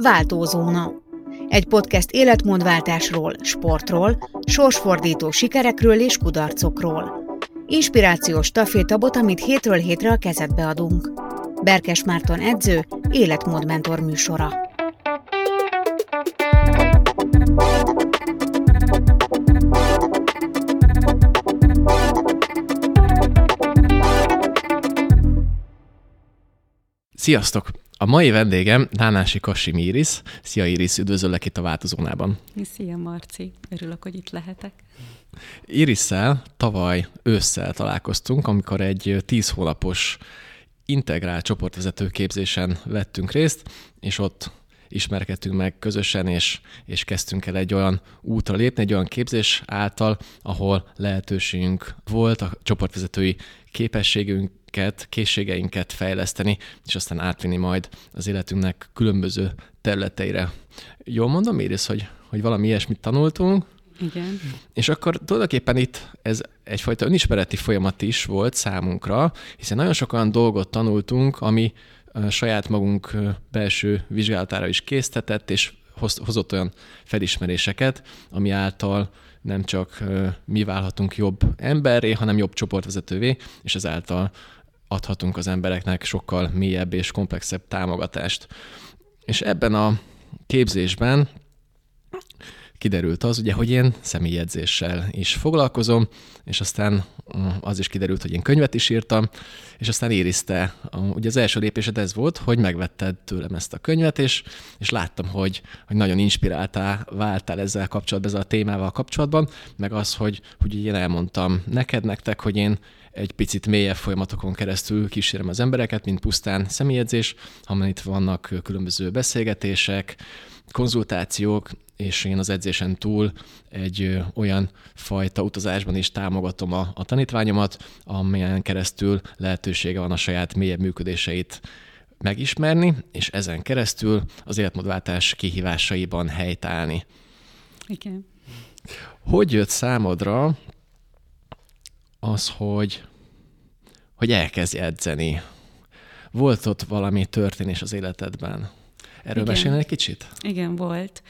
Váltózóna. Egy podcast életmódváltásról, sportról, sorsfordító sikerekről és kudarcokról. Inspirációs stafétabot, amit hétről hétre a kezedbe adunk. Berkes Márton edző, életmódmentor műsora. Sziasztok! A mai vendégem Nánási Kassimi Iris. Szia Iris, üdvözöllek itt a Váltózónában. Szia Marci, örülök, hogy itt lehetek. Irisszel tavaly ősszel találkoztunk, amikor egy 10 hónapos integrált csoportvezető képzésen vettünk részt, és ott ismerkedtünk meg közösen, és kezdtünk el egy olyan útra lépni, egy olyan képzés által, ahol lehetőségünk volt a csoportvezetői képességünket, készségeinket fejleszteni, és aztán átvinni majd az életünknek különböző területeire. Jól mondom, Iris, hogy valami ilyesmit tanultunk? Igen. És akkor tulajdonképpen itt ez egyfajta önismereti folyamat is volt számunkra, hiszen nagyon sokan dolgot tanultunk, ami saját magunk belső vizsgálatára is késztetett, és hozott olyan felismeréseket, ami által nem csak mi válhatunk jobb emberré, hanem jobb csoportvezetővé, és ezáltal adhatunk az embereknek sokkal mélyebb és komplexebb támogatást. És ebben a képzésben kiderült az, ugye, hogy én személyedzéssel is foglalkozom, és aztán az is kiderült, hogy én könyvet is írtam, és aztán Iris-te, ugye az első lépésed ez volt, hogy megvetted tőlem ezt a könyvet, és láttam, hogy nagyon inspiráltál, váltál ezzel kapcsolatban, ezzel a témával kapcsolatban, meg az, hogy én elmondtam nektek, hogy én egy picit mélyebb folyamatokon keresztül kísérem az embereket, mint pusztán személyedzés, hanem itt vannak különböző beszélgetések, konzultációk, és én az edzésen túl egy olyan fajta utazásban is támogatom a tanítványomat, amelyen keresztül lehetősége van a saját mélyebb működéseit megismerni, és ezen keresztül az életmódváltás kihívásaiban helytállni. Igen. Hogy jött számodra az, hogy elkezdj edzeni? Volt ott valami történés az életedben? Erről mesélni egy kicsit? Igen, volt.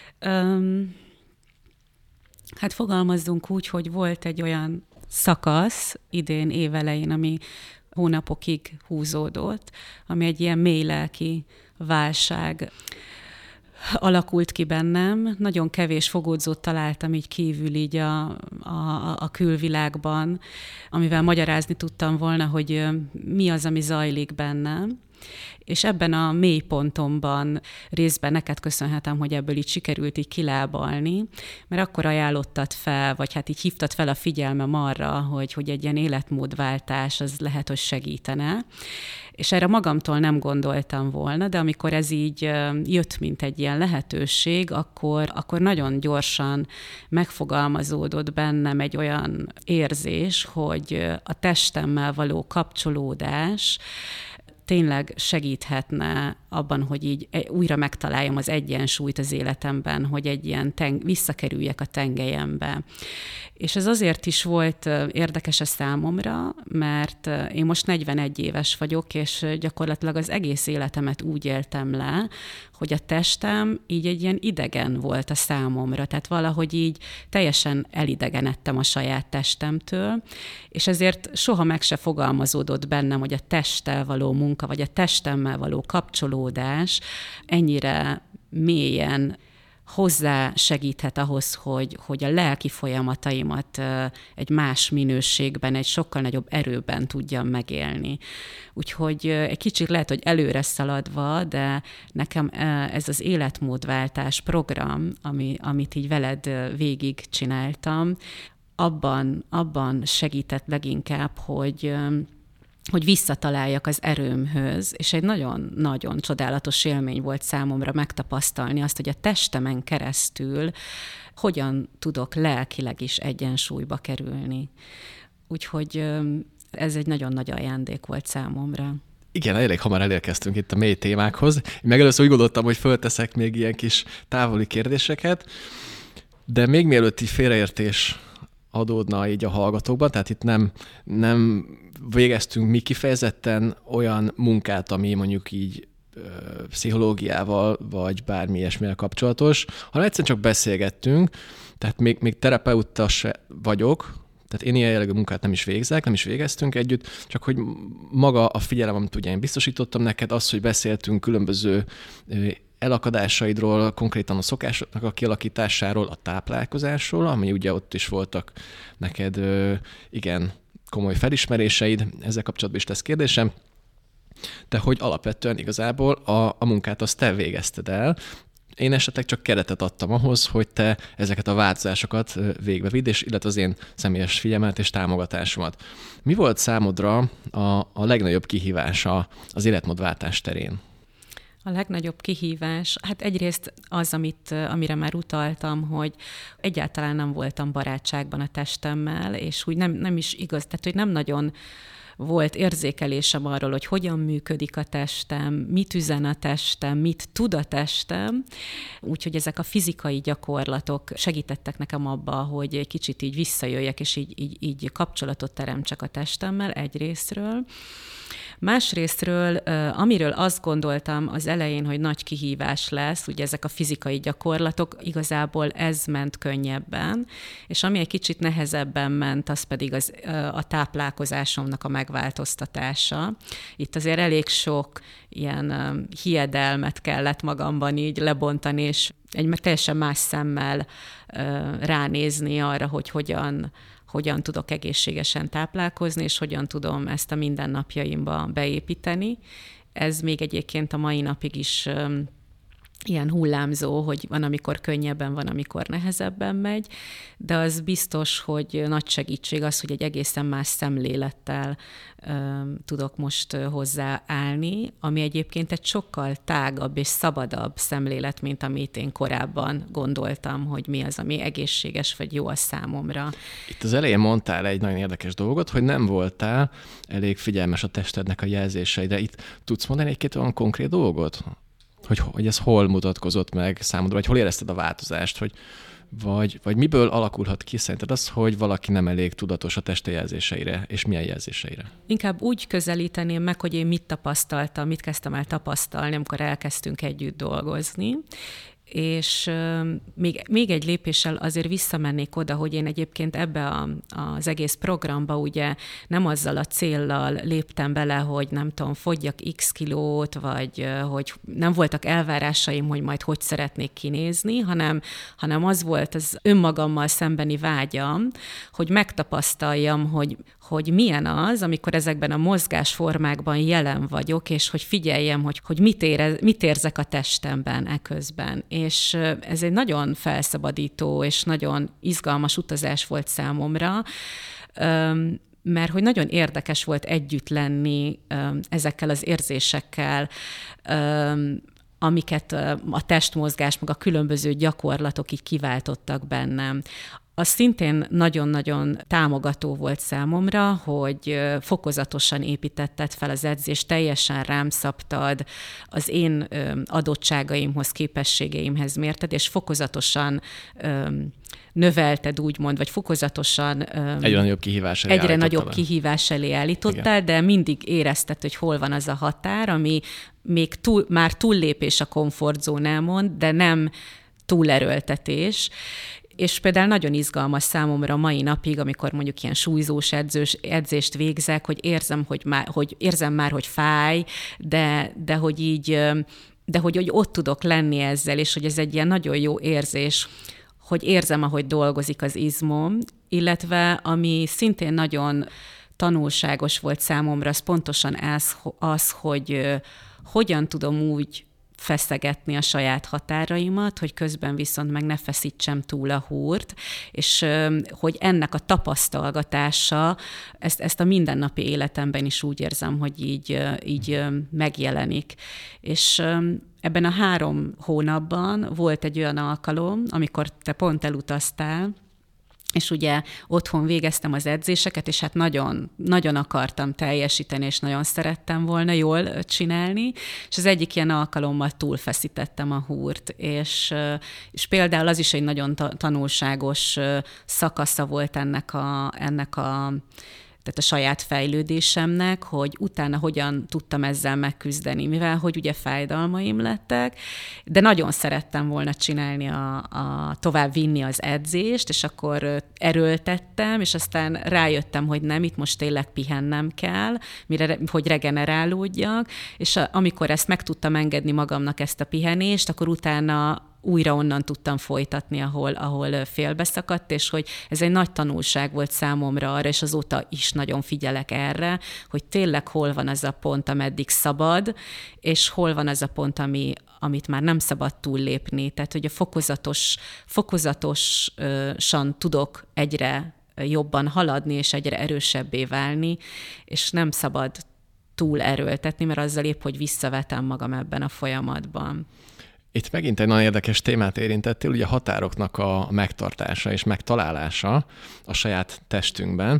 Hát fogalmazzunk úgy, hogy volt egy olyan szakasz idén évelején, ami hónapokig húzódott, ami egy ilyen mély lelki válság alakult ki bennem. Nagyon kevés fogódzót találtam így kívül így a külvilágban, amivel magyarázni tudtam volna, hogy mi az, ami zajlik bennem. És ebben a mélypontomban részben neked köszönhetem, hogy ebből így sikerült így kilábalni, mert akkor ajánlottad fel, vagy hát így hívtad fel a figyelmem arra, hogy egy ilyen életmódváltás az lehet, hogy segítene. És erre magamtól nem gondoltam volna, de amikor ez így jött, mint egy ilyen lehetőség, akkor nagyon gyorsan megfogalmazódott bennem egy olyan érzés, hogy a testemmel való kapcsolódás tényleg segíthetne abban, hogy így újra megtaláljam az egyensúlyt az életemben, hogy egy ilyen visszakerüljek a tengelyembe. És ez azért is volt érdekes a számomra, mert én most 41 éves vagyok, és gyakorlatilag az egész életemet úgy éltem le, hogy a testem így egy ilyen idegen volt a számomra, tehát valahogy így teljesen elidegenedtem a saját testemtől, és ezért soha meg se fogalmazódott bennem, hogy a testtel való munka, vagy a testemmel való kapcsolódás ennyire mélyen hozzá segíthet ahhoz, hogy a lelki folyamataimat egy más minőségben, egy sokkal nagyobb erőben tudjam megélni. Úgyhogy egy kicsit lehet, hogy előre szaladva, de nekem ez az életmódváltás program, amit így veled végig csináltam, abban segített leginkább, hogy visszataláljak az erőmhöz, és egy nagyon-nagyon csodálatos élmény volt számomra megtapasztalni azt, hogy a testemen keresztül hogyan tudok lelkileg is egyensúlyba kerülni. Úgyhogy ez egy nagyon nagy ajándék volt számomra. Igen, elég hamar elérkeztünk itt a mély témákhoz. Én meg először úgy gondoltam, hogy fölteszek még ilyen kis távoli kérdéseket, de még mielőtt így félreértés adódna így a hallgatókban, tehát itt nem végeztünk mi kifejezetten olyan munkát, ami mondjuk így pszichológiával, vagy bármi ilyesmivel kapcsolatos, hanem egyszerűen csak beszélgettünk, tehát még terapeuta se vagyok, tehát én ilyen jellegű munkát nem is végzek, nem is végeztünk együtt, csak hogy maga a figyelem, amit ugye én biztosítottam neked, az, hogy beszéltünk különböző elakadásaidról, konkrétan a szokásoknak a kialakításáról, a táplálkozásról, ami ugye ott is voltak neked igen komoly felismeréseid, ezzel kapcsolatban is lesz kérdésem, de hogy alapvetően igazából a munkát azt te végezted el. Én esetleg csak keretet adtam ahhoz, hogy te ezeket a változásokat végbe vidd, és illetve az én személyes figyelmet és támogatásomat. Mi volt számodra a legnagyobb kihívása az életmódváltás terén? A legnagyobb kihívás, hát egyrészt az, amire már utaltam, hogy egyáltalán nem voltam barátságban a testemmel, és úgy nem is igaz, tehát hogy nem nagyon volt érzékelésem arról, hogy hogyan működik a testem, mit üzen a testem, mit tud a testem. Úgyhogy ezek a fizikai gyakorlatok segítettek nekem abba, hogy egy kicsit így visszajöjjek, és így kapcsolatot teremtsek a testemmel egyrészről. Másrésztről, amiről azt gondoltam az elején, hogy nagy kihívás lesz, ugye ezek a fizikai gyakorlatok, igazából ez ment könnyebben, és ami egy kicsit nehezebben ment, az pedig a táplálkozásomnak a megváltoztatása. Itt azért elég sok ilyen hiedelmet kellett magamban így lebontani, és egy teljesen más szemmel ránézni arra, hogy hogyan tudok egészségesen táplálkozni, és hogyan tudom ezt a mindennapjaimba beépíteni. Ez még egyébként a mai napig is ilyen hullámzó, hogy van, amikor könnyebben, van, amikor nehezebben megy, de az biztos, hogy nagy segítség az, hogy egy egészen más szemlélettel tudok most hozzáállni, ami egyébként egy sokkal tágabb és szabadabb szemlélet, mint amit én korábban gondoltam, hogy mi az, ami egészséges vagy jó a számomra. Itt az elején mondtál egy nagyon érdekes dolgot, hogy nem voltál elég figyelmes a testednek a jelzéseidre. Itt tudsz mondani egy-két olyan konkrét dolgot? Hogy ez hol mutatkozott meg számodra, vagy hol érezted a változást, vagy miből alakulhat ki szerinted az, hogy valaki nem elég tudatos a teste jelzéseire, és milyen jelzéseire? Inkább úgy közelíteném meg, hogy én mit tapasztaltam, mit kezdtem el tapasztalni, amikor elkezdtünk együtt dolgozni, és még egy lépéssel azért visszamennék oda, hogy én egyébként ebbe az egész programba ugye nem azzal a céllal léptem bele, hogy nem tudom, fogyjak x kilót, vagy hogy nem voltak elvárásaim, hogy majd hogy szeretnék kinézni, hanem az volt az önmagammal szembeni vágyam, hogy megtapasztaljam, hogy milyen az, amikor ezekben a mozgásformákban jelen vagyok, és hogy figyeljem, hogy mit érzek a testemben eközben. És ez egy nagyon felszabadító és nagyon izgalmas utazás volt számomra, mert hogy nagyon érdekes volt együtt lenni ezekkel az érzésekkel, amiket a testmozgás, meg a különböző gyakorlatok így kiváltottak bennem. Az szintén nagyon-nagyon támogató volt számomra, hogy fokozatosan építetted fel az edzést, teljesen rám szabtad, az én adottságaimhoz, képességeimhez mérted, és fokozatosan növelted, úgymond, vagy fokozatosan egyre nagyobb kihívás elé állítottál, igen. De mindig érezted, hogy hol van az a határ, ami még már túllépés a komfortzónámon, de nem túlerőltetés. És például nagyon izgalmas számomra a mai napig, amikor mondjuk ilyen súlyzós edzést végzek, hogy érzem már, hogy fáj, de hogy ott tudok lenni ezzel, és hogy ez egy ilyen nagyon jó érzés, hogy érzem, ahogy dolgozik az izmom, illetve ami szintén nagyon tanulságos volt számomra, az pontosan az, hogy hogyan tudom úgy feszegetni a saját határaimat, hogy közben viszont meg ne feszítsem túl a húrt, és hogy ennek a tapasztalgatása, ezt a mindennapi életemben is úgy érzem, hogy így megjelenik. És ebben a 3 hónapban volt egy olyan alkalom, amikor te pont elutaztál, és ugye otthon végeztem az edzéseket, és hát nagyon, nagyon akartam teljesíteni, és nagyon szerettem volna jól csinálni, és az egyik ilyen alkalommal túlfeszítettem a húrt, és például az is egy nagyon tanulságos szakasza volt ennek a tehát a saját fejlődésemnek, hogy utána hogyan tudtam ezzel megküzdeni, mivel hogy ugye fájdalmaim lettek, de nagyon szerettem volna csinálni, tovább vinni az edzést, és akkor erőltettem, és aztán rájöttem, hogy nem, itt most tényleg pihennem kell, hogy regenerálódjak, és amikor ezt meg tudtam engedni magamnak, ezt a pihenést, akkor utána újra onnan tudtam folytatni, ahol félbeszakadt, és hogy ez egy nagy tanulság volt számomra arra, és azóta is nagyon figyelek erre, hogy tényleg hol van az a pont, ameddig szabad, és hol van az a pont, amit már nem szabad túllépni. Tehát, hogy a fokozatosan tudok egyre jobban haladni, és egyre erősebbé válni, és nem szabad túl erőltetni, mert azzal épp, hogy visszavetem magam ebben a folyamatban. Itt megint egy nagyon érdekes témát érintettél, ugye a határoknak a megtartása és megtalálása a saját testünkben,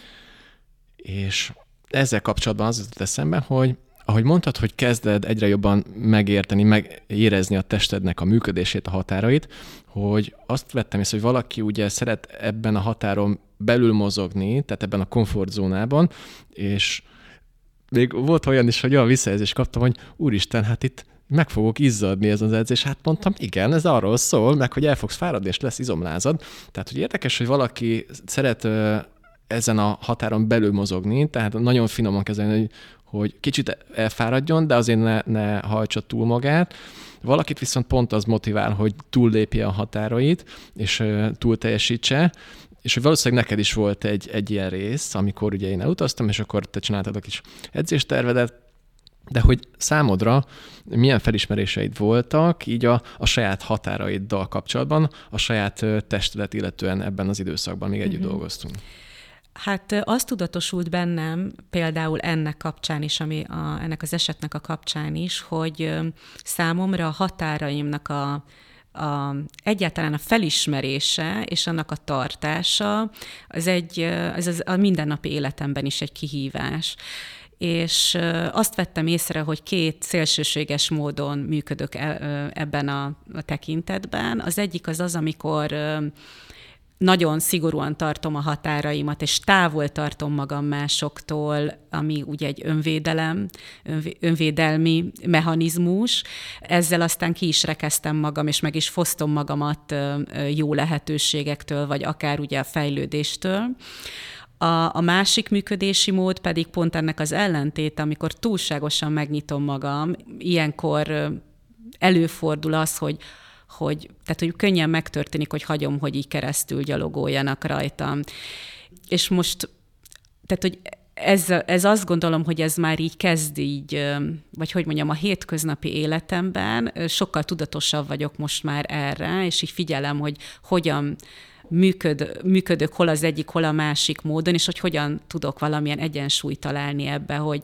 és ezzel kapcsolatban az jutott eszembe, hogy ahogy mondtad, hogy kezded egyre jobban megérteni, megérezni a testednek a működését, a határait, hogy azt vettem észre, hogy valaki ugye szeret ebben a határon belül mozogni, tehát ebben a komfortzónában, és még volt olyan is, hogy olyan visszajelzést kaptam, hogy úristen, hát itt meg fogok izzadni ez az edzés. Hát mondtam, igen, ez arról szól, meg hogy el fogsz fáradni, és lesz izomlázad. Tehát, hogy érdekes, hogy valaki szeret ezen a határon belül mozogni, tehát nagyon finoman kezelni, hogy kicsit elfáradjon, de azért ne hajtsa túl magát. Valakit viszont pont az motivál, hogy túllépje a határait, és túl teljesítse, és hogy valószínűleg neked is volt egy ilyen rész, amikor ugye én elutaztam, és akkor te csináltad a kis edzéstervedet, de hogy számodra milyen felismeréseid voltak így a saját határaiddal kapcsolatban, a saját testedet illetően ebben az időszakban, még együtt dolgoztunk? Hát az tudatosult bennem például ennek kapcsán is, ennek az esetnek a kapcsán is, hogy számomra a határaimnak egyáltalán a felismerése és annak a tartása, ez a mindennapi életemben is egy kihívás. És azt vettem észre, hogy két szélsőséges módon működök ebben a tekintetben. Az egyik az, amikor nagyon szigorúan tartom a határaimat, és távol tartom magam másoktól, ami ugye egy önvédelmi mechanizmus. Ezzel aztán ki is rekeztem magam, és meg is fosztom magamat jó lehetőségektől, vagy akár ugye a fejlődéstől. A másik működési mód pedig pont ennek az ellentét, amikor túlságosan megnyitom magam, ilyenkor előfordul az, hogy könnyen megtörténik, hogy hagyom, hogy így keresztül gyalogoljanak rajtam. És most, tehát, hogy ez azt gondolom, hogy ez már így kezd így, vagy hogy mondjam, a hétköznapi életemben sokkal tudatosabb vagyok most már erre, és így figyelem, hogy hogyan működök hol az egyik, hol a másik módon, és hogy hogyan tudok valamilyen egyensúlyt találni ebbe, hogy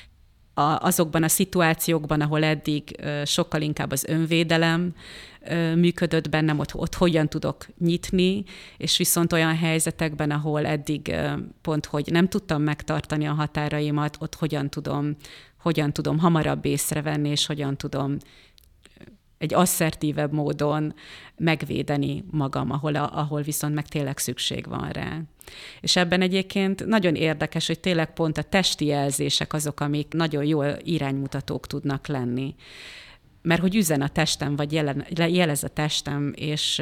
azokban a szituációkban, ahol eddig sokkal inkább az önvédelem működött bennem, ott hogyan tudok nyitni, és viszont olyan helyzetekben, ahol eddig pont, hogy nem tudtam megtartani a határaimat, ott hogyan tudom hamarabb észrevenni, és hogyan tudom egy asszertívebb módon megvédeni magam, ahol viszont meg tényleg szükség van rá. És ebben egyébként nagyon érdekes, hogy tényleg pont a testi jelzések azok, amik nagyon jó iránymutatók tudnak lenni. Mert hogy üzen a testem, vagy jelez a testem, és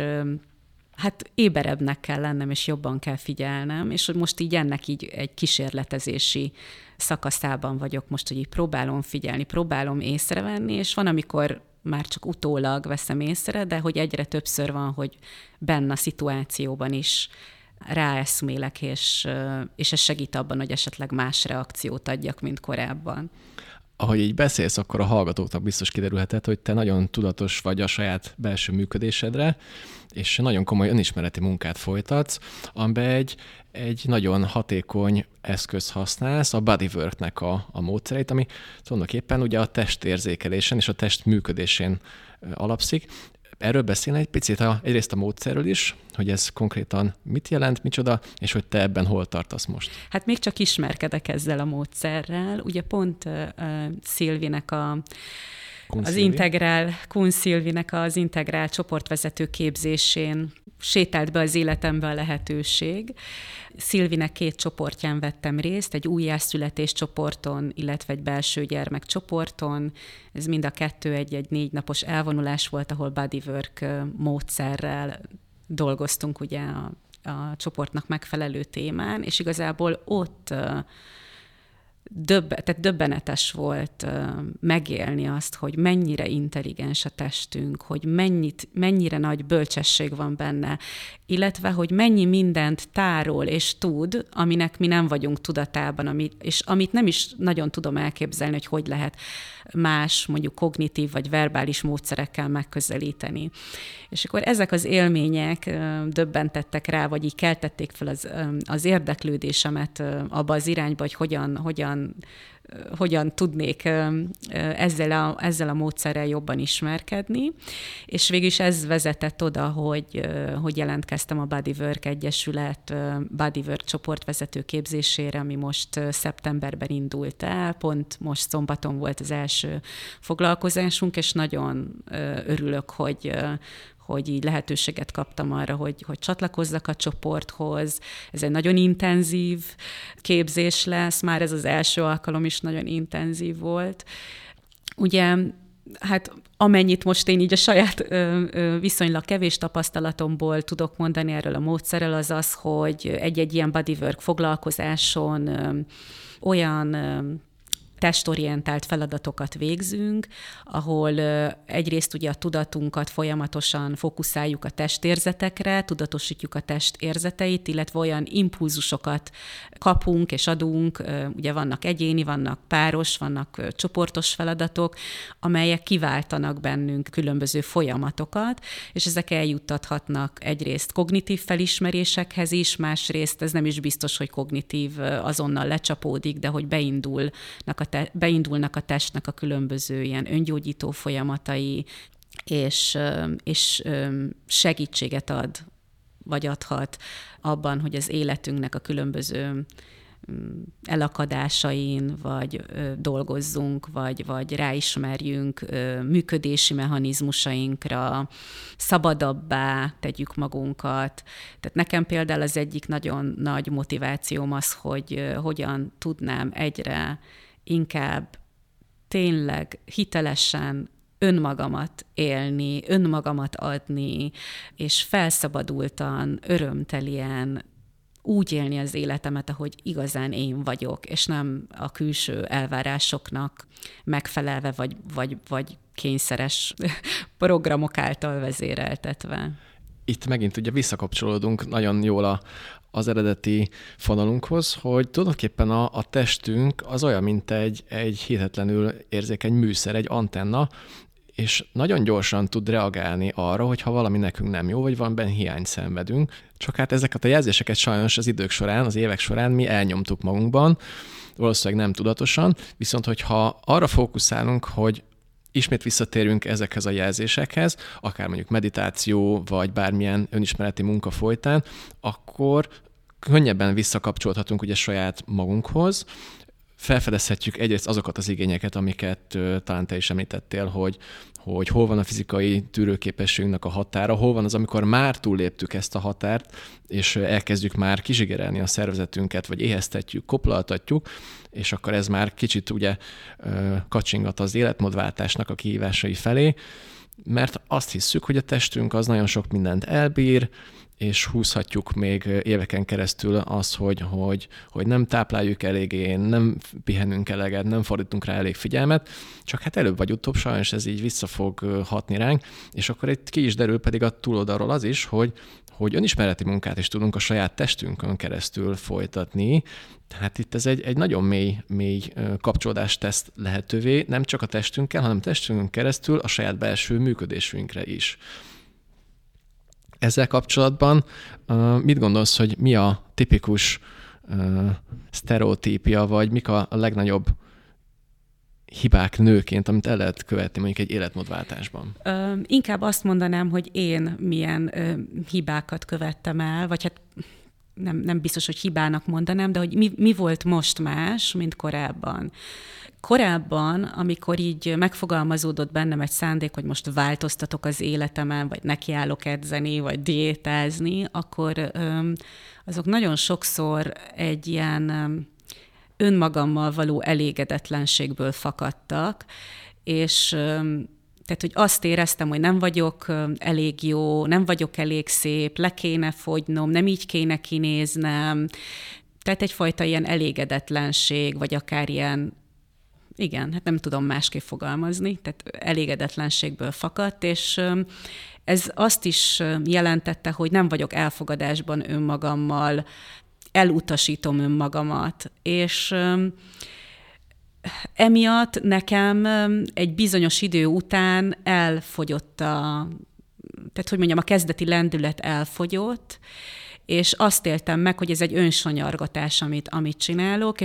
hát éberebbnek kell lennem, és jobban kell figyelnem, és most így ennek így egy kísérletezési szakaszában vagyok most, hogy így próbálom figyelni, próbálom észrevenni, és van, amikor már csak utólag veszem észre, de hogy egyre többször van, hogy benne a szituációban is ráeszmélek, és ez segít abban, hogy esetleg más reakciót adjak, mint korábban. Ahogy így beszélsz, akkor a hallgatóknak biztos kiderülhetett, hogy te nagyon tudatos vagy a saját belső működésedre, és nagyon komoly önismereti munkát folytatsz, amiben egy nagyon hatékony eszköz használsz, a bodyworknek a módszereit, ami tulajdonképpen ugye a testérzékelésen és a test működésén alapszik. Erről beszélne egy picit egyrészt a módszerről is, hogy ez konkrétan mit jelent, micsoda, és hogy te ebben hol tartasz most? Hát még csak ismerkedek ezzel a módszerrel. Ugye pont Szilvinek Kun Szilvinek az integrál csoportvezető képzésén sétált be az életembe a lehetőség. Szilvinek 2 csoportján vettem részt, egy újjászületés csoporton, illetve egy belső gyermek csoporton. Ez mind a 2 egy 4 napos elvonulás volt, ahol bodywork módszerrel dolgoztunk ugye a csoportnak megfelelő témán, és igazából ott tehát döbbenetes volt megélni azt, hogy mennyire intelligens a testünk, hogy mennyire nagy bölcsesség van benne, illetve, hogy mennyi mindent tárol és tud, aminek mi nem vagyunk tudatában, és amit nem is nagyon tudom elképzelni, hogy lehet más, mondjuk kognitív vagy verbális módszerekkel megközelíteni. És akkor ezek az élmények döbbentettek rá, vagy így keltették fel az érdeklődésemet abba az irányba, hogy hogyan tudnék ezzel a módszerrel jobban ismerkedni, és végül is ez vezetett oda, hogy jelentkeztem a Bodywork Egyesület Bodywork csoportvezető képzésére, ami most szeptemberben indult el, pont most szombaton volt az első foglalkozásunk, és nagyon örülök, hogy így lehetőséget kaptam arra, hogy csatlakozzak a csoporthoz. Ez egy nagyon intenzív képzés lesz, már ez az első alkalom is nagyon intenzív volt. Ugye, hát amennyit most én így a saját viszonylag kevés tapasztalatomból tudok mondani erről a módszerrel, az az, hogy egy-egy ilyen bodywork foglalkozáson olyan testorientált feladatokat végzünk, ahol egyrészt ugye a tudatunkat folyamatosan fókuszáljuk a testérzetekre, tudatosítjuk a test érzeteit, illetve olyan impulzusokat kapunk és adunk, ugye vannak egyéni, vannak páros, vannak csoportos feladatok, amelyek kiváltanak bennünk különböző folyamatokat, és ezek eljuttathatnak egyrészt kognitív felismerésekhez is, másrészt ez nem is biztos, hogy kognitív azonnal lecsapódik, de hogy beindulnak a testnek a különböző ilyen öngyógyító folyamatai, és segítséget ad, vagy adhat abban, hogy az életünknek a különböző elakadásain, vagy dolgozzunk, vagy ráismerjünk működési mechanizmusainkra, szabadabbá tegyük magunkat. Tehát nekem például az egyik nagyon nagy motivációm az, hogy hogyan tudnám egyre inkább tényleg hitelesen önmagamat élni, önmagamat adni, és felszabadultan, örömtelien úgy élni az életemet, ahogy igazán én vagyok, és nem a külső elvárásoknak megfelelve, vagy kényszeres programok által vezéreltetve. Itt megint ugye visszakapcsolódunk nagyon jól az eredeti fonalunkhoz, hogy tulajdonképpen a testünk az olyan, mint egy hihetetlenül érzékeny műszer, egy antenna, és nagyon gyorsan tud reagálni arra, hogyha valami nekünk nem jó, vagy valamiben hiányt szenvedünk. Csak hát ezeket a jelzéseket sajnos az idők során, az évek során mi elnyomtuk magunkban, valószínűleg nem tudatosan, viszont hogyha arra fókuszálunk, hogy ismét visszatérünk ezekhez a jelzésekhez, akár mondjuk meditáció, vagy bármilyen önismereti munka folytán, akkor könnyebben visszakapcsolhatunk ugye saját magunkhoz, felfedezhetjük egyrészt azokat az igényeket, amiket talán te is említettél, hogy hol van a fizikai tűrőképességünknek a határa, hol van az, amikor már túlléptük ezt a határt, és elkezdjük már kizsigerelni a szervezetünket, vagy éheztetjük, koplaltatjuk, és akkor ez már kicsit ugye kacsingat az életmódváltásnak a kihívásai felé, mert azt hisszük, hogy a testünk az nagyon sok mindent elbír, és húzhatjuk még éveken keresztül az, hogy nem tápláljuk eléggé, nem pihenünk eleget, nem fordítunk rá elég figyelmet, csak hát előbb vagy utóbb sajnos ez így vissza fog hatni ránk, és akkor itt ki is derül pedig a túloldalról az is, hogy önismereti munkát is tudunk a saját testünkön keresztül folytatni. Tehát itt ez egy nagyon mély kapcsolódást tesz lehetővé, nem csak a testünkkel, hanem testünkön keresztül a saját belső működésünkre is. Ezzel kapcsolatban mit gondolsz, hogy mi a tipikus sztereotípia, vagy mik a legnagyobb hibák nőként, amit el lehet követni mondjuk egy életmódváltásban? Inkább azt mondanám, hogy én milyen hibákat követtem el, vagy hát nem biztos, hogy hibának mondanám, de hogy mi volt most más, mint korábban. Korábban, amikor így megfogalmazódott bennem egy szándék, hogy most változtatok az életemen, vagy nekiállok edzeni, vagy diétázni, akkor azok nagyon sokszor egy ilyen önmagammal való elégedetlenségből fakadtak, és tehát, hogy azt éreztem, hogy nem vagyok elég jó, nem vagyok elég szép, le kéne fogynom, nem így kéne kinéznem. Tehát egyfajta ilyen elégedetlenség, vagy akár ilyen, igen, hát nem tudom másképp fogalmazni, tehát elégedetlenségből fakadt, és ez azt is jelentette, hogy nem vagyok elfogadásban önmagammal, elutasítom önmagamat, és emiatt nekem egy bizonyos idő után elfogyott tehát hogy mondjam, a kezdeti lendület elfogyott, és azt éltem meg, hogy ez egy önsanyargatás, amit csinálok,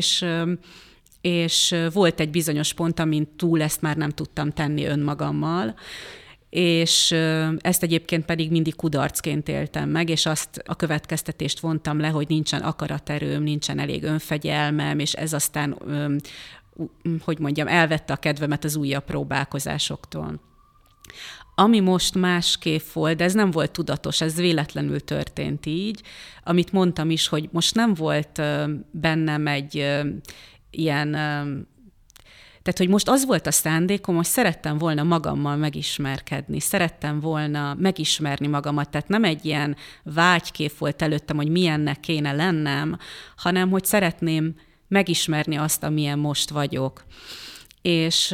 és volt egy bizonyos pont, amin túl ezt már nem tudtam tenni önmagammal, és ezt egyébként pedig mindig kudarcként éltem meg, és azt a következtetést vontam le, hogy nincsen akaraterőm, nincsen elég önfegyelmem, és ez aztán, hogy mondjam, elvette a kedvemet az újabb próbálkozásoktól. Ami most másképp volt, de ez nem volt tudatos, ez véletlenül történt így, amit mondtam is, hogy most nem volt bennem egy ilyen, tehát hogy most az volt a szándékom, hogy szerettem volna magammal megismerkedni, szerettem volna megismerni magamat, tehát nem egy ilyen vágykép volt előttem, hogy milyennek kéne lennem, hanem hogy szeretném megismerni azt, amilyen most vagyok. És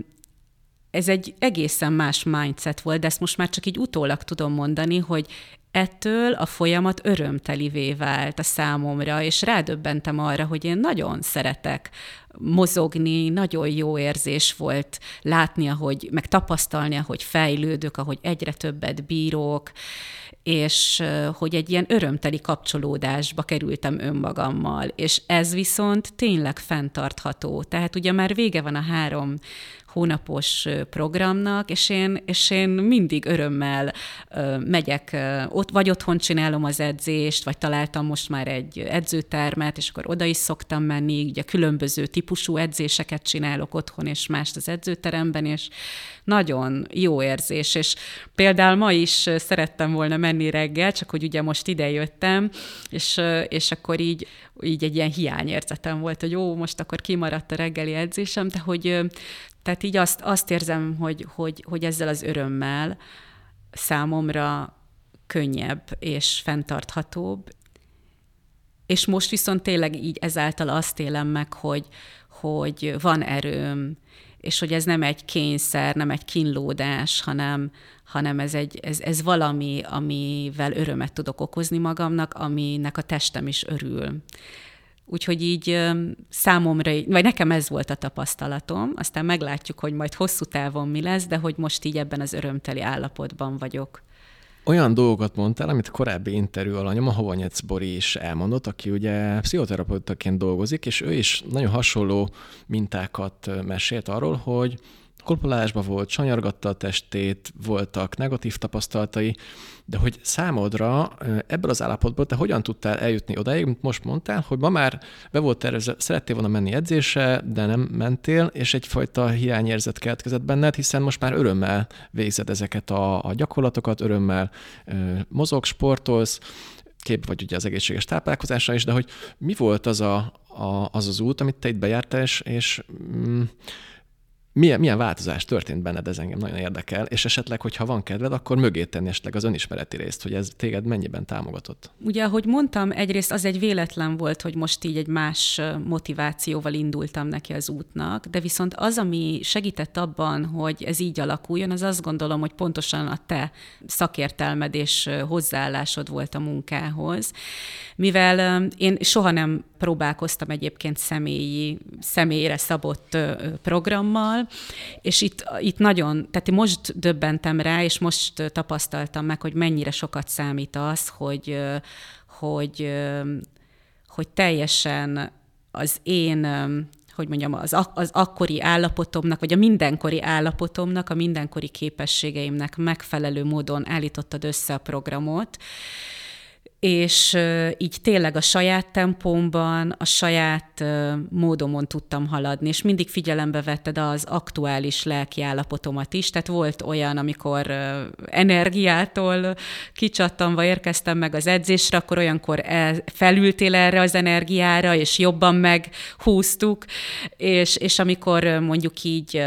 ez egy egészen más mindset volt, de ezt most már csak így utólag tudom mondani, hogy ettől a folyamat örömtelivé vált a számomra, és rádöbbentem arra, hogy én nagyon szeretek mozogni, nagyon jó érzés volt látni, meg tapasztalni, ahogy fejlődök, ahogy egyre többet bírok, és hogy egy ilyen örömteli kapcsolódásba kerültem önmagammal, és ez viszont tényleg fenntartható. Tehát ugye már vége van a 3 hónapos programnak, és én mindig örömmel megyek, vagy otthon csinálom az edzést, vagy találtam most már egy edzőtermet, és akkor oda is szoktam menni, ugye különböző típusú edzéseket csinálok otthon, és mást az edzőteremben, és nagyon jó érzés, és például ma is szerettem volna menni reggel, csak hogy ugye most ide jöttem, és akkor így egy ilyen hiányérzetem volt, hogy most akkor kimaradt a reggeli edzésem, de hogy tehát így azt érzem, hogy ezzel az örömmel számomra könnyebb és fenntarthatóbb. És most viszont tényleg így ezáltal azt élem meg, hogy van erőm, és hogy ez nem egy kényszer, nem egy kínlódás, hanem ez valami, amivel örömet tudok okozni magamnak, aminek a testem is örül. Úgyhogy így számomra, vagy nekem ez volt a tapasztalatom, aztán meglátjuk, hogy majd hosszú távon mi lesz, de hogy most így ebben az örömteli állapotban vagyok. Olyan dolgokat mondtál, amit a korábbi interjú alanyom, a Hovanyec Bori is elmondott, aki ugye pszichoterapeutaként dolgozik, és ő is nagyon hasonló mintákat mesélt arról, hogy kolpolásban volt, sanyargatta a testét, voltak negatív tapasztalatai, de hogy számodra ebből az állapotból te hogyan tudtál eljutni odáig, mint most mondtál, hogy ma már be volt tervezve, szerettél volna menni edzésre, de nem mentél, és egyfajta hiányérzet keletkezett benned, hiszen most már örömmel végzed ezeket a gyakorlatokat, örömmel mozog, sportolsz, kép vagy ugye az egészséges táplálkozásra is, de hogy mi volt az az út, amit te itt bejártál, és milyen változás történt benned, ez engem nagyon érdekel, és esetleg, hogyha van kedved, akkor mögé tenni esetleg az önismereti részt, hogy ez téged mennyiben támogatott? Ugye, ahogy mondtam, egyrészt az egy véletlen volt, hogy most így egy más motivációval indultam neki az útnak, de viszont az, ami segített abban, hogy ez így alakuljon, az azt gondolom, hogy pontosan a te szakértelmed és hozzáállásod volt a munkához, mivel én soha nem próbálkoztam egyébként személyre szabott programmal, és itt nagyon, tehát most döbbentem rá, és most tapasztaltam meg, hogy mennyire sokat számít az, hogy teljesen az én, hogy mondjam, az akkori állapotomnak, vagy a mindenkori állapotomnak, a mindenkori képességeimnek megfelelő módon állítottad össze a programot. és így tényleg a saját tempómban, a saját módomon tudtam haladni, és mindig figyelembe vetted az aktuális lelki állapotomat is, tehát volt olyan, amikor energiától kicsattanva érkeztem meg az edzésre, akkor olyankor felültél erre az energiára, és jobban meghúztuk, és amikor mondjuk így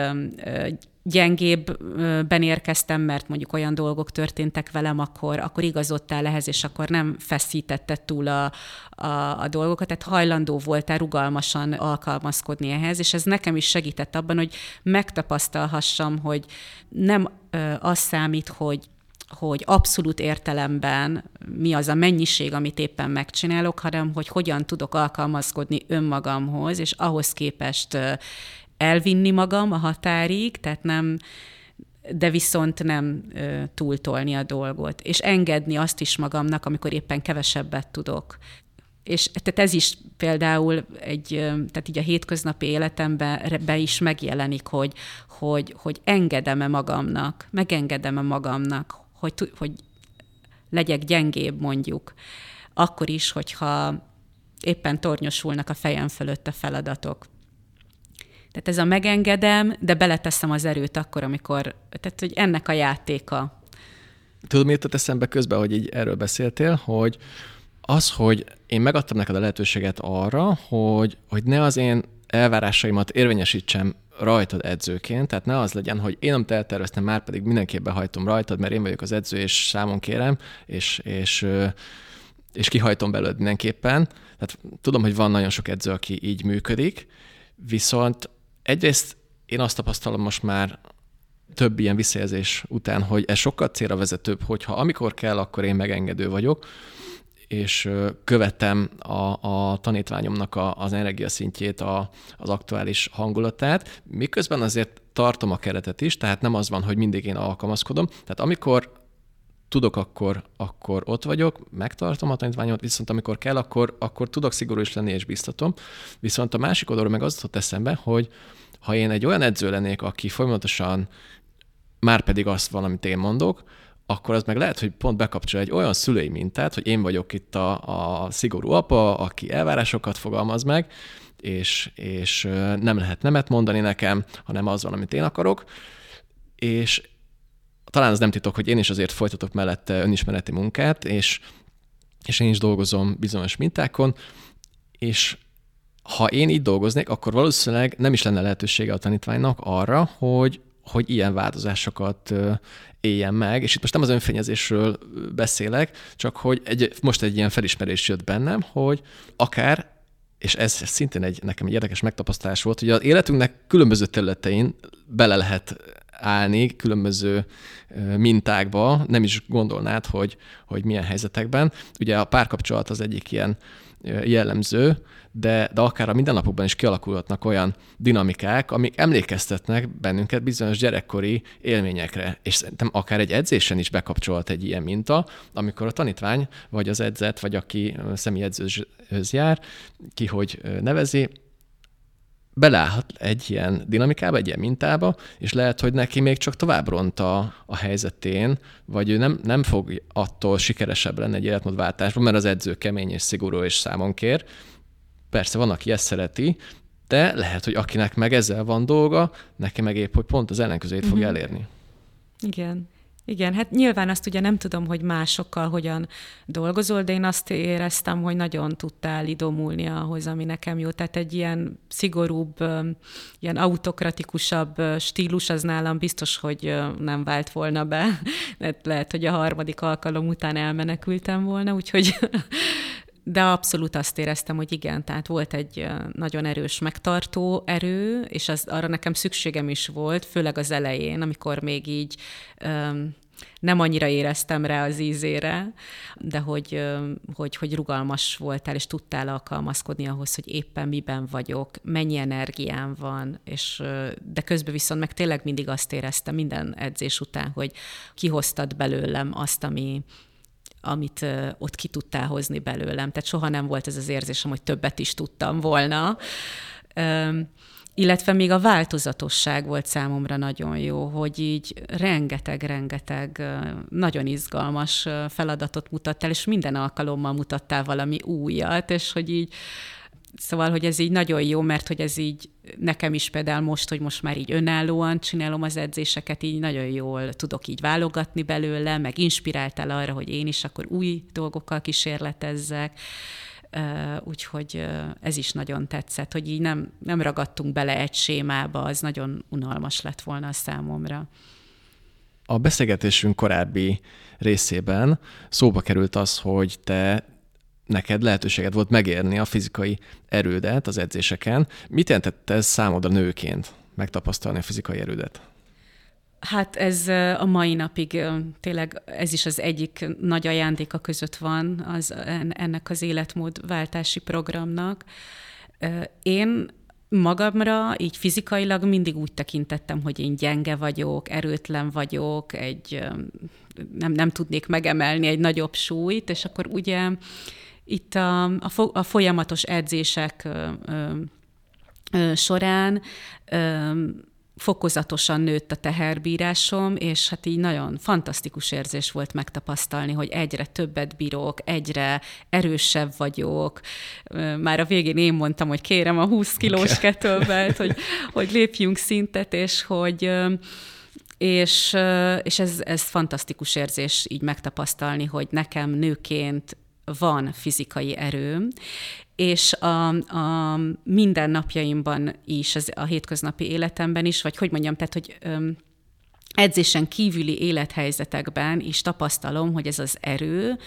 gyengébben érkeztem, mert mondjuk olyan dolgok történtek velem, akkor igazodtál ehhez, és akkor nem feszítetted túl a dolgokat, tehát hajlandó voltál rugalmasan alkalmazkodni ehhez, és ez nekem is segített abban, hogy megtapasztalhassam, hogy nem az számít, hogy abszolút értelemben mi az a mennyiség, amit éppen megcsinálok, hanem hogy hogyan tudok alkalmazkodni önmagamhoz, és ahhoz képest elvinni magam a határig, tehát de viszont nem túltolni a dolgot, és engedni azt is magamnak, amikor éppen kevesebbet tudok. És tehát ez is például tehát így a hétköznapi életemben is megjelenik, hogy engedem-e magamnak, megengedem-e magamnak, hogy legyek gyengébb mondjuk, akkor is, hogyha éppen tornyosulnak a fejem fölött a feladatok. Tehát ez a megengedem, de beleteszem az erőt akkor, tehát hogy ennek a játéka. Tudod, mi jutott eszembe közben, hogy így erről beszéltél, hogy én megadtam neked a lehetőséget arra, hogy ne az én elvárásaimat érvényesítsem rajtad edzőként, tehát ne az legyen, hogy én amit elterveztem, már pedig mindenképp behajtom rajtad, mert én vagyok az edző, és számon kérem, és kihajtom belőled mindenképpen. Tehát tudom, hogy van nagyon sok edző, aki így működik, viszont egyrészt én azt tapasztalom most már több ilyen visszajelzés után, hogy ez sokkal célra vezetőbb, hogyha amikor kell, akkor én megengedő vagyok, és követem a tanítványomnak az energiaszintjét, az aktuális hangulatát, miközben azért tartom a keretet is, tehát nem az van, hogy mindig én alkalmazkodom. Tehát amikor tudok, akkor ott vagyok, megtartom a tanítványomat, viszont amikor kell, akkor tudok szigorú is lenni, és biztatom. Viszont a másik oldalról meg az jutott eszembe, hogy ha én egy olyan edző lennék, aki folyamatosan már pedig azt valamit én mondok, akkor az meg lehet, hogy pont bekapcsol egy olyan szülői mintát, hogy én vagyok itt a szigorú apa, aki elvárásokat fogalmaz meg, és nem lehet nemet mondani nekem, hanem az van, amit én akarok. És talán az nem titok, hogy én is azért folytatok mellette önismereti munkát, és én is dolgozom bizonyos mintákon, és ha én így dolgoznék, akkor valószínűleg nem is lenne lehetősége a tanítványnak arra, hogy ilyen változásokat éljen meg, és itt most nem az önfényezésről beszélek, csak hogy most egy ilyen felismerés jött bennem, hogy akár, és ez szintén nekem egy érdekes megtapasztalás volt, hogy az életünknek különböző területein bele lehet állni különböző mintákba, nem is gondolnád, hogy milyen helyzetekben. Ugye a párkapcsolat az egyik ilyen jellemző, de akár a mindennapokban is kialakulhatnak olyan dinamikák, amik emlékeztetnek bennünket bizonyos gyerekkori élményekre. És szerintem akár egy edzésen is bekapcsolhat egy ilyen minta, amikor a tanítvány, vagy az edzett, vagy aki személyedzőhöz jár, ki hogy nevezi, beleállhat egy ilyen dinamikába, egy ilyen mintába, és lehet, hogy neki még csak tovább ront a helyzetén, vagy ő nem fog attól sikeresebb lenni egy életmódváltásban, mert az edző kemény és szigorú és számon kér. Persze van, aki ezt szereti, de lehet, hogy akinek meg ezzel van dolga, neki meg épp, hogy pont az ellenkezőjét fogja elérni. Igen, hát nyilván azt ugye nem tudom, hogy másokkal hogyan dolgozol, de én azt éreztem, hogy nagyon tudtál idomulni ahhoz, ami nekem jó. Tehát egy ilyen szigorúbb, ilyen autokratikusabb stílus az nálam biztos, hogy nem vált volna be. Lehet, hogy a harmadik alkalom után elmenekültem volna, úgyhogy... De abszolút azt éreztem, hogy igen, tehát volt egy nagyon erős megtartó erő, és arra nekem szükségem is volt, főleg az elején, amikor még így nem annyira éreztem rá az ízére, de hogy rugalmas voltál, és tudtál alkalmazkodni ahhoz, hogy éppen miben vagyok, mennyi energiám van, de közben viszont meg tényleg mindig azt éreztem minden edzés után, hogy kihoztad belőlem azt, amit ott ki tudtál hozni belőlem. Tehát soha nem volt ez az érzésem, hogy többet is tudtam volna. illetve még a változatosság volt számomra nagyon jó, hogy így rengeteg nagyon izgalmas feladatot mutattál, és minden alkalommal mutattál valami újat, és hogy így, szóval, hogy ez így nagyon jó, mert hogy ez így nekem is például most, hogy most már így önállóan csinálom az edzéseket, így nagyon jól tudok így válogatni belőle, meg inspiráltál arra, hogy én is akkor új dolgokkal kísérletezzek. Úgyhogy ez is nagyon tetszett, hogy így nem ragadtunk bele egy sémába, az nagyon unalmas lett volna a számomra. A beszélgetésünk korábbi részében szóba került az, hogy neked lehetőséged volt megérni a fizikai erődet az edzéseken. Mit jelentett ez számodra nőként megtapasztalni a fizikai erődet? Hát ez a mai napig tényleg ez is az egyik nagy ajándéka között van ennek az életmódváltási programnak. Én magamra így fizikailag mindig úgy tekintettem, hogy én gyenge vagyok, erőtlen vagyok, nem tudnék megemelni egy nagyobb súlyt, és akkor ugye itt a folyamatos edzések során fokozatosan nőtt a teherbírásom, és hát így nagyon fantasztikus érzés volt megtapasztalni, hogy egyre többet bírok, egyre erősebb vagyok. Már a végén én mondtam, hogy kérem a 20 kilós kettlebellt, hogy lépjünk szintet, és ez fantasztikus érzés így megtapasztalni, hogy nekem nőként van fizikai erőm, és a mindennapjaimban is, a hétköznapi életemben is, vagy hogy mondjam, tehát, hogy edzésen kívüli élethelyzetekben is tapasztalom, hogy ez az erő,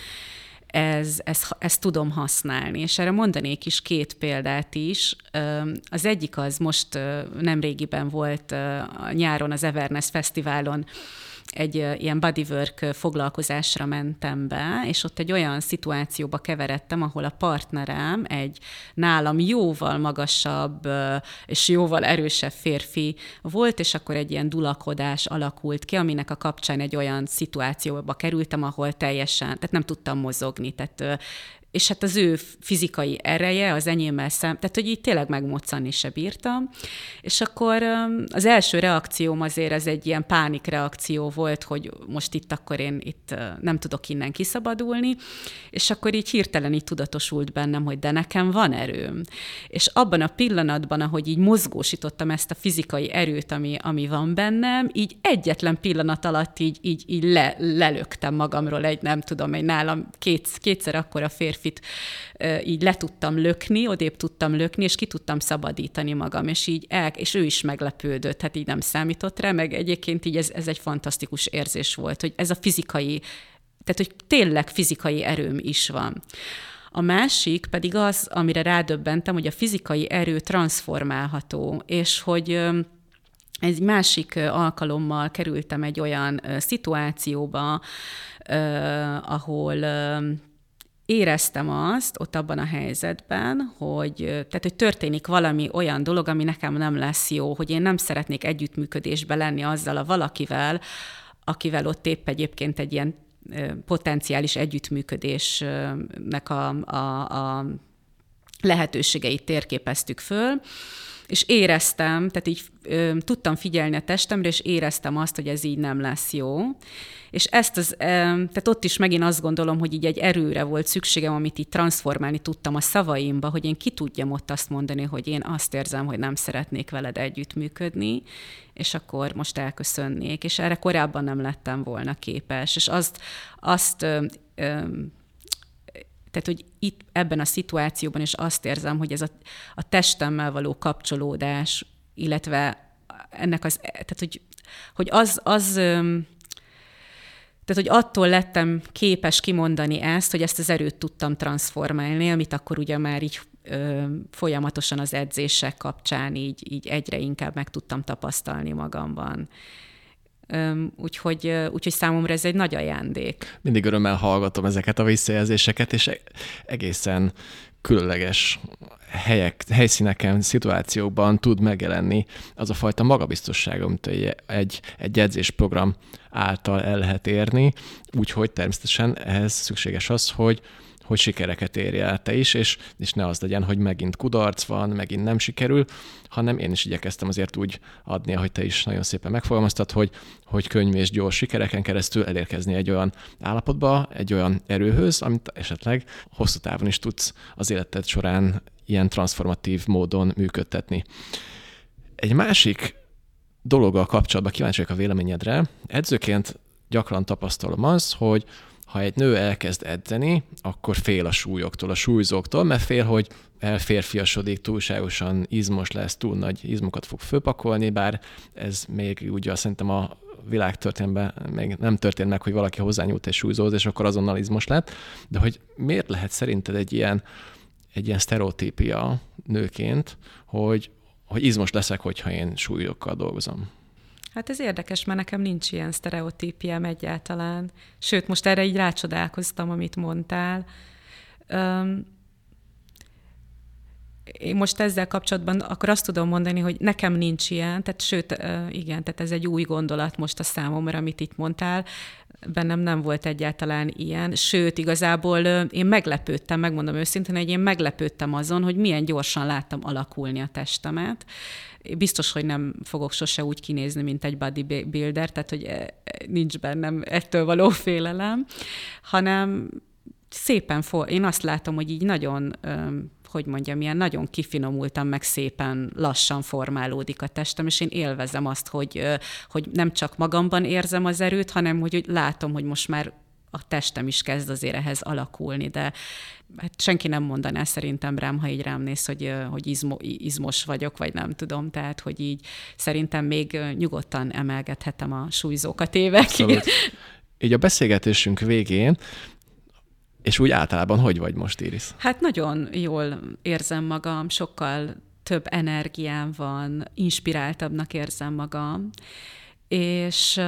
ezt tudom használni. És erre mondanék is 2 példát is. Az egyik az most nemrégiben volt nyáron az Everness Fesztiválon, egy ilyen bodywork foglalkozásra mentem be, és ott egy olyan szituációba keveredtem, ahol a partnerem egy nálam jóval magasabb és jóval erősebb férfi volt, és akkor egy ilyen dulakodás alakult ki, aminek a kapcsán egy olyan szituációba kerültem, ahol tehát nem tudtam mozogni, és hát az ő fizikai ereje, az enyémmel tehát hogy így tényleg megmoccanni se bírtam. És akkor az első reakcióm azért ez egy ilyen pánikreakció volt, hogy most itt akkor én itt nem tudok innen kiszabadulni, és akkor így hirtelen így tudatosult bennem, hogy de nekem van erőm. És abban a pillanatban, ahogy így mozgósítottam ezt a fizikai erőt, ami van bennem, így egyetlen pillanat alatt így lelöktem magamról egy nálam kétszer akkora férfit így le tudtam lökni, odébb tudtam lökni, és ki tudtam szabadítani magam, és ő is meglepődött, hát így nem számított rá, meg egyébként így ez egy fantasztikus érzés volt, hogy ez a fizikai, tehát hogy tényleg fizikai erőm is van. A másik pedig az, amire rádöbbentem, hogy a fizikai erő transformálható, és hogy egy másik alkalommal kerültem egy olyan szituációba, ahol éreztem azt ott abban a helyzetben, hogy történik valami olyan dolog, ami nekem nem lesz jó, hogy én nem szeretnék együttműködésbe lenni azzal a valakivel, akivel ott épp egyébként egy ilyen potenciális együttműködésnek a lehetőségeit térképeztük föl, és éreztem, tehát így tudtam figyelni a testemre, és éreztem azt, hogy ez így nem lesz jó. És tehát ott is megint azt gondolom, hogy így egy erőre volt szükségem, amit így transformálni tudtam a szavaimba, hogy én ki tudjam ott azt mondani, hogy én azt érzem, hogy nem szeretnék veled együttműködni, és akkor most elköszönnék. És erre korábban nem lettem volna képes. És tehát, hogy itt ebben a szituációban is azt érzem, hogy ez a testemmel való kapcsolódás, illetve ennek tehát, hogy attól lettem képes kimondani ezt, hogy ezt az erőt tudtam transformálni, amit akkor ugye már így folyamatosan az edzések kapcsán így egyre inkább meg tudtam tapasztalni magamban. Úgyhogy számomra ez egy nagy ajándék. Mindig örömmel hallgatom ezeket a visszajelzéseket, és egészen különleges helyszíneken, szituációkban tud megjelenni az a fajta magabiztosság, amit egy edzésprogram által el lehet érni, úgyhogy természetesen ehhez szükséges az, hogy sikereket érj el te is, és ne az legyen, hogy megint kudarc van, megint nem sikerül, hanem én is igyekeztem azért úgy adni, ahogy te is nagyon szépen megfogalmaztad, hogy könnyű és gyors sikereken keresztül elérkezni egy olyan állapotba, egy olyan erőhöz, amit esetleg hosszú távon is tudsz az életed során ilyen transformatív módon működtetni. Egy másik dologgal kapcsolatban kíváncsi vagyok a véleményedre. Edzőként gyakran tapasztalom az, hogy ha egy nő elkezd edzeni, akkor fél a súlyoktól, a súlyzóktól, mert fél, hogy elférfiasodik, túlságosan izmos lesz, túl nagy izmokat fog fölpakolni, bár ez még ugye szerintem a világtörténelemben még nem történt meg, hogy valaki hozzányúlt egy súlyzóhoz, és akkor azonnal izmos lett. De hogy miért lehet szerinted egy ilyen sztereotípia nőként, hogy izmos leszek, hogyha én súlyokkal dolgozom? Hát ez érdekes, mert nekem nincs ilyen sztereotípiám egyáltalán. Sőt, most erre így rácsodálkoztam, amit mondtál. Én most ezzel kapcsolatban akkor azt tudom mondani, hogy nekem nincs ilyen, tehát sőt, igen, tehát ez egy új gondolat most a számomra, amit itt mondtál. Bennem nem volt egyáltalán ilyen, sőt, igazából én meglepődtem, megmondom őszintén, hogy én meglepődtem azon, hogy milyen gyorsan láttam alakulni a testemet. Biztos, hogy nem fogok sose úgy kinézni, mint egy bodybuilder, tehát hogy nincs bennem ettől való félelem, hanem szépen, én azt látom, hogy így nagyon, hogy mondjam, ilyen nagyon kifinomultam, meg szépen lassan formálódik a testem, és én élvezem azt, hogy nem csak magamban érzem az erőt, hanem hogy látom, hogy most már a testem is kezd azért ehhez alakulni, de hát senki nem mondaná szerintem rám, ha így rám néz, hogy izmos vagyok, vagy nem tudom, tehát hogy így szerintem még nyugodtan emelgethetem a súlyzókat évekig. Abszolút. Így a beszélgetésünk végén, és úgy általában hogy vagy most, Iris? Hát nagyon jól érzem magam, sokkal több energiám van, inspiráltabbnak érzem magam, és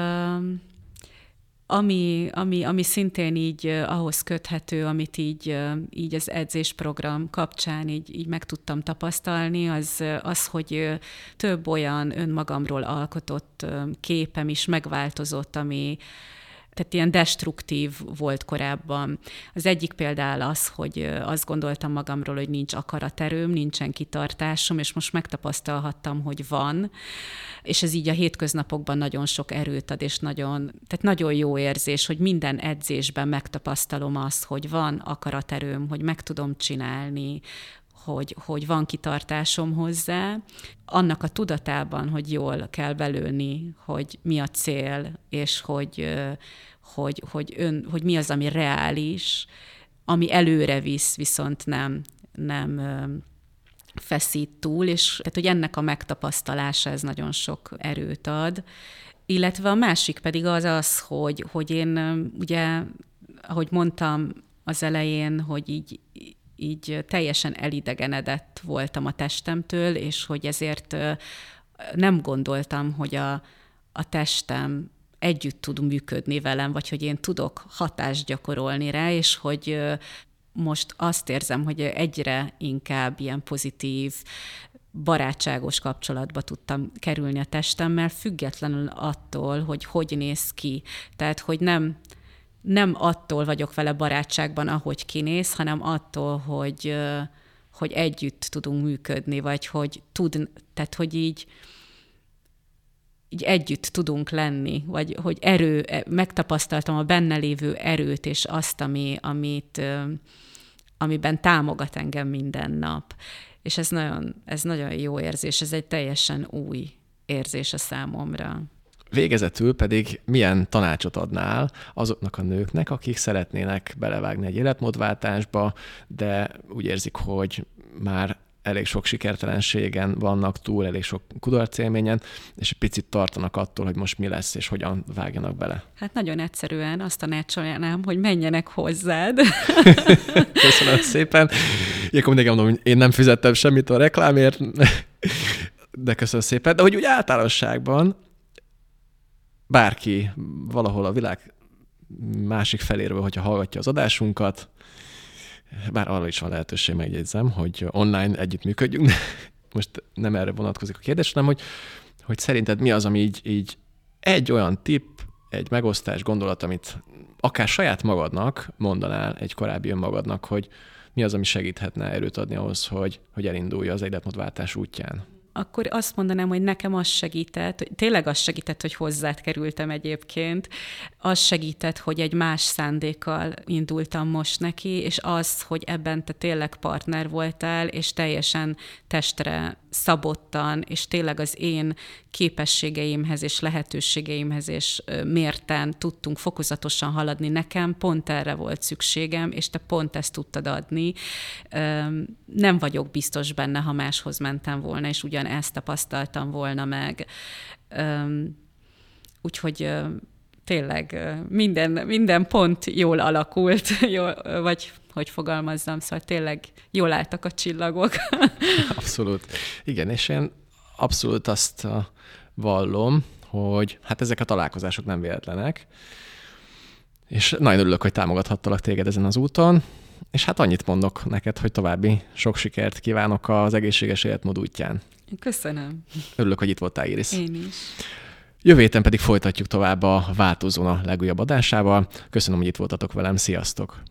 ami szintén így ahhoz köthető, amit így az edzésprogram kapcsán így meg tudtam tapasztalni, az, hogy több olyan önmagamról alkotott képem is megváltozott, tehát ilyen destruktív volt korábban. Az egyik például az, hogy azt gondoltam magamról, hogy nincs akaraterőm, nincsen kitartásom, és most megtapasztalhattam, hogy van, és ez így a hétköznapokban nagyon sok erőt ad, és tehát nagyon jó érzés, hogy minden edzésben megtapasztalom azt, hogy van akaraterőm, hogy meg tudom csinálni, hogy van kitartásom hozzá, annak a tudatában, hogy jól kell belőni, hogy mi a cél, és hogy mi az, ami reális, ami előre visz, viszont nem feszít túl, és tehát, hogy ennek a megtapasztalása ez nagyon sok erőt ad. Illetve a másik pedig az, hogy én ugye, ahogy mondtam az elején, hogy így teljesen elidegenedett voltam a testemtől, és hogy ezért nem gondoltam, hogy a testem együtt tud működni velem, vagy hogy én tudok hatást gyakorolni rá, és hogy most azt érzem, hogy egyre inkább ilyen pozitív, barátságos kapcsolatba tudtam kerülni a testemmel, függetlenül attól, hogy néz ki. Tehát, hogy nem attól vagyok vele barátságban, ahogy kinéz, hanem attól, hogy együtt tudunk működni, vagy tehát hogy így együtt tudunk lenni, vagy hogy megtapasztaltam a benne lévő erőt, és azt, amiben támogat engem minden nap. És ez nagyon jó érzés, ez egy teljesen új érzés a számomra. Végezetül pedig milyen tanácsot adnál azoknak a nőknek, akik szeretnének belevágni egy életmódváltásba, de úgy érzik, hogy már elég sok sikertelenségen vannak túl, elég sok kudarcélményen, és egy picit tartanak attól, hogy most mi lesz, és hogyan vágjanak bele. Hát nagyon egyszerűen azt tanácsolnám, hogy menjenek hozzád. Köszönöm szépen. Ilyenkor mindig mondom, hogy én nem fizettem semmit a reklámért, de köszönöm szépen. De hogy úgy általánosságban bárki valahol a világ másik feléről, hogyha hallgatja az adásunkat, bár arra is van lehetőség, megjegyzem, hogy online együttműködjünk, de most nem erre vonatkozik a kérdés, hanem hogy szerinted mi az, ami így egy olyan tipp, egy megosztás, gondolat, amit akár saját magadnak mondanál, egy korábbi önmagadnak, hogy mi az, ami segíthetne erőt adni ahhoz, hogy elindulj az életmódváltás útján? Akkor azt mondanám, hogy nekem az segített, tényleg az segített, hogy hozzád kerültem egyébként, az segített, hogy egy más szándékkal indultam most neki, és az, hogy ebben te tényleg partner voltál, és teljesen testre szabottan, és tényleg az én képességeimhez és lehetőségeimhez és mérten tudtunk fokozatosan haladni. Nekem pont erre volt szükségem, és te pont ezt tudtad adni. Nem vagyok biztos benne, ha máshoz mentem volna, és ugyanezt tapasztaltam volna meg. Úgyhogy tényleg minden pont jól alakult, vagy hogy fogalmazzam, szóval tényleg jól álltak a csillagok. Abszolút. Igen, és én abszolút azt vallom, hogy hát ezek a találkozások nem véletlenek, és nagyon örülök, hogy támogathattalak téged ezen az úton, és hát annyit mondok neked, hogy további sok sikert kívánok az egészséges életmód útján. Köszönöm. Örülök, hogy itt voltál, Iris. Én is. Jövő héten pedig folytatjuk tovább a Váltózóna legújabb adásával. Köszönöm, hogy itt voltatok velem. Sziasztok!